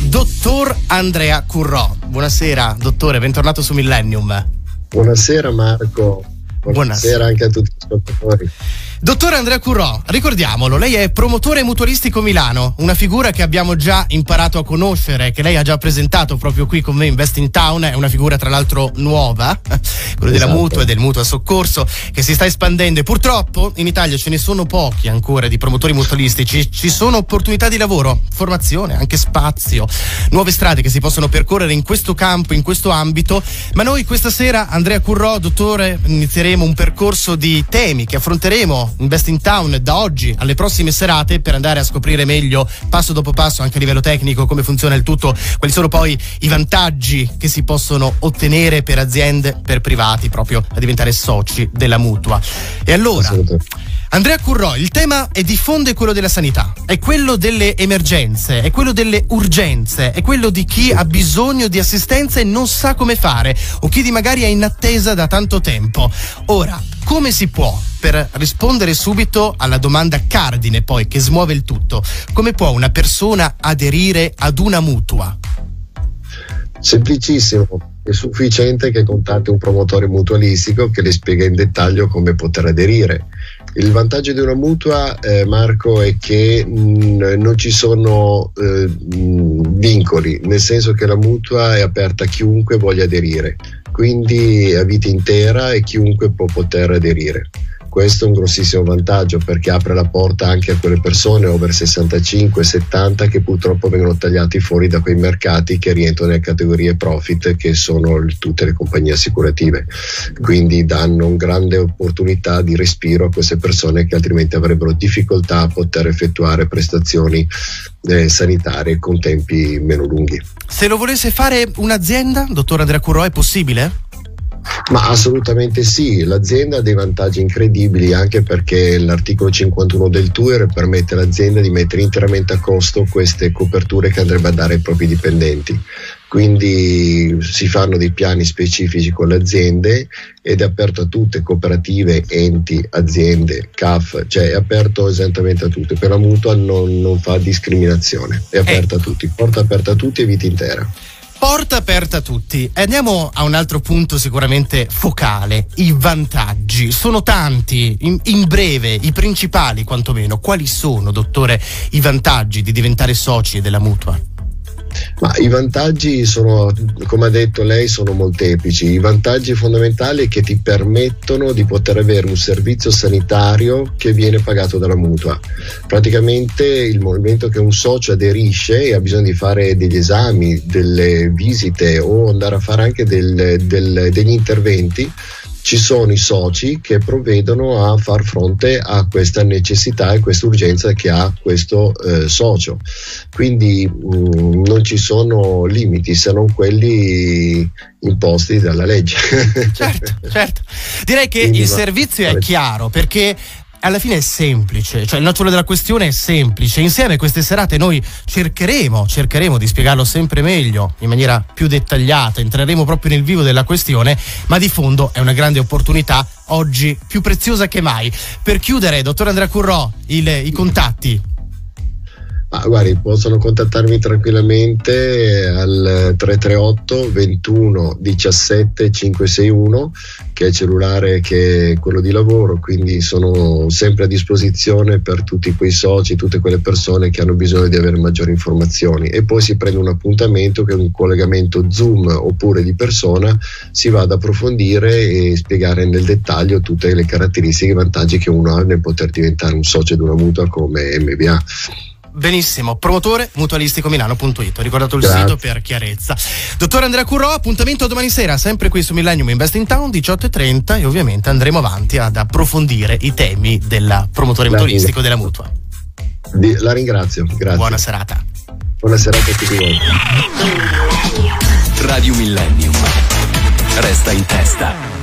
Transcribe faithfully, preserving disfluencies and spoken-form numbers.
dottor Andrea Currò. Buonasera dottore, bentornato su Millennium. Buonasera Marco, buonasera, buonasera anche a tutti gli ascoltatori. Dottore Andrea Currò, ricordiamolo, lei è promotore mutualistico Milano, una figura che abbiamo già imparato a conoscere, che lei ha già presentato proprio qui con me in Invest in Town, è una figura tra l'altro nuova, quello della esatto. mutua e del mutuo a soccorso, che si sta espandendo e purtroppo in Italia ce ne sono pochi ancora di promotori mutualistici, ci sono opportunità di lavoro, formazione, anche spazio, nuove strade che si possono percorrere in questo campo, in questo ambito, ma noi questa sera, Andrea Currò, dottore, inizieremo un percorso di temi che affronteremo Invest in Town da oggi alle prossime serate per andare a scoprire meglio passo dopo passo anche a livello tecnico come funziona il tutto, quali sono poi i vantaggi che si possono ottenere per aziende, per privati proprio a diventare soci della mutua. E allora Andrea Currò, il tema è di fondo è quello della sanità, è quello delle emergenze, è quello delle urgenze, è quello di chi ha bisogno di assistenza e non sa come fare o chi di magari è in attesa da tanto tempo. Ora, come si può, per rispondere subito alla domanda cardine poi che smuove il tutto, come può una persona aderire ad una mutua? Semplicissimo, è sufficiente che contatti un promotore mutualistico che le spiega in dettaglio come poter aderire. Il vantaggio di una mutua, eh, Marco, è che mh, non ci sono eh, mh, vincoli, nel senso che la mutua è aperta a chiunque voglia aderire, quindi a vita intera e chiunque può poter aderire. Questo è un grossissimo vantaggio perché apre la porta anche a quelle persone over sessantacinque settanta che purtroppo vengono tagliati fuori da quei mercati che rientrano nelle categorie profit che sono il, tutte le compagnie assicurative, quindi danno una grande opportunità di respiro a queste persone che altrimenti avrebbero difficoltà a poter effettuare prestazioni eh, sanitarie con tempi meno lunghi. Se lo volesse fare un'azienda, dottor Andrea Currò, è possibile? Ma assolutamente sì, l'azienda ha dei vantaggi incredibili anche perché l'articolo cinquantuno del T U I R permette all'azienda di mettere interamente a costo queste coperture che andrebbe a dare ai propri dipendenti, quindi si fanno dei piani specifici con le aziende ed è aperto a tutte, cooperative, enti, aziende, C A F, cioè è aperto esattamente a tutte, per la mutua non, non fa discriminazione, è aperta a tutti, porta aperta a tutti e vita intera. Porta aperta a tutti. Andiamo a un altro punto sicuramente focale, i vantaggi. Sono tanti, in, in breve, i principali quantomeno. Quali sono, dottore, i vantaggi di diventare soci della mutua? Ma i vantaggi sono, come ha detto lei, sono molteplici. I vantaggi fondamentali è che ti permettono di poter avere un servizio sanitario che viene pagato dalla mutua. Praticamente il momento che un socio aderisce e ha bisogno di fare degli esami, delle visite o andare a fare anche del, del, degli interventi, ci sono i soci che provvedono a far fronte a questa necessità e questa urgenza che ha questo eh, socio, quindi mh, non ci sono limiti se non quelli imposti dalla legge. Certo, certo. Direi che quindi il va, servizio è chiaro perché alla fine è semplice, cioè il nocciolo della questione è semplice. Insieme queste serate noi cercheremo, cercheremo di spiegarlo sempre meglio, in maniera più dettagliata, entreremo proprio nel vivo della questione, ma di fondo è una grande opportunità oggi più preziosa che mai. Per chiudere, dottor Andrea Currò, il, i contatti. Ah, guardi, possono contattarmi tranquillamente al tre tre otto ventuno diciassette cinquecentosessantuno, che è il cellulare che è quello di lavoro, quindi sono sempre a disposizione per tutti quei soci, tutte quelle persone che hanno bisogno di avere maggiori informazioni, e poi si prende un appuntamento che è un collegamento Zoom oppure di persona, si va ad approfondire e spiegare nel dettaglio tutte le caratteristiche e i vantaggi che uno ha nel poter diventare un socio di una mutua come M B A. Benissimo, promotore mutualistico milano punto it, ho ricordato il Grazie. sito per chiarezza. Dottor Andrea Currò, appuntamento domani sera sempre qui su Millennium Invest in Town diciotto e trenta, e ovviamente andremo avanti ad approfondire i temi del promotore La mutualistico della mutua. La ringrazio, grazie. Buona serata. Buona serata a tutti voi. Radio Millennium resta in testa.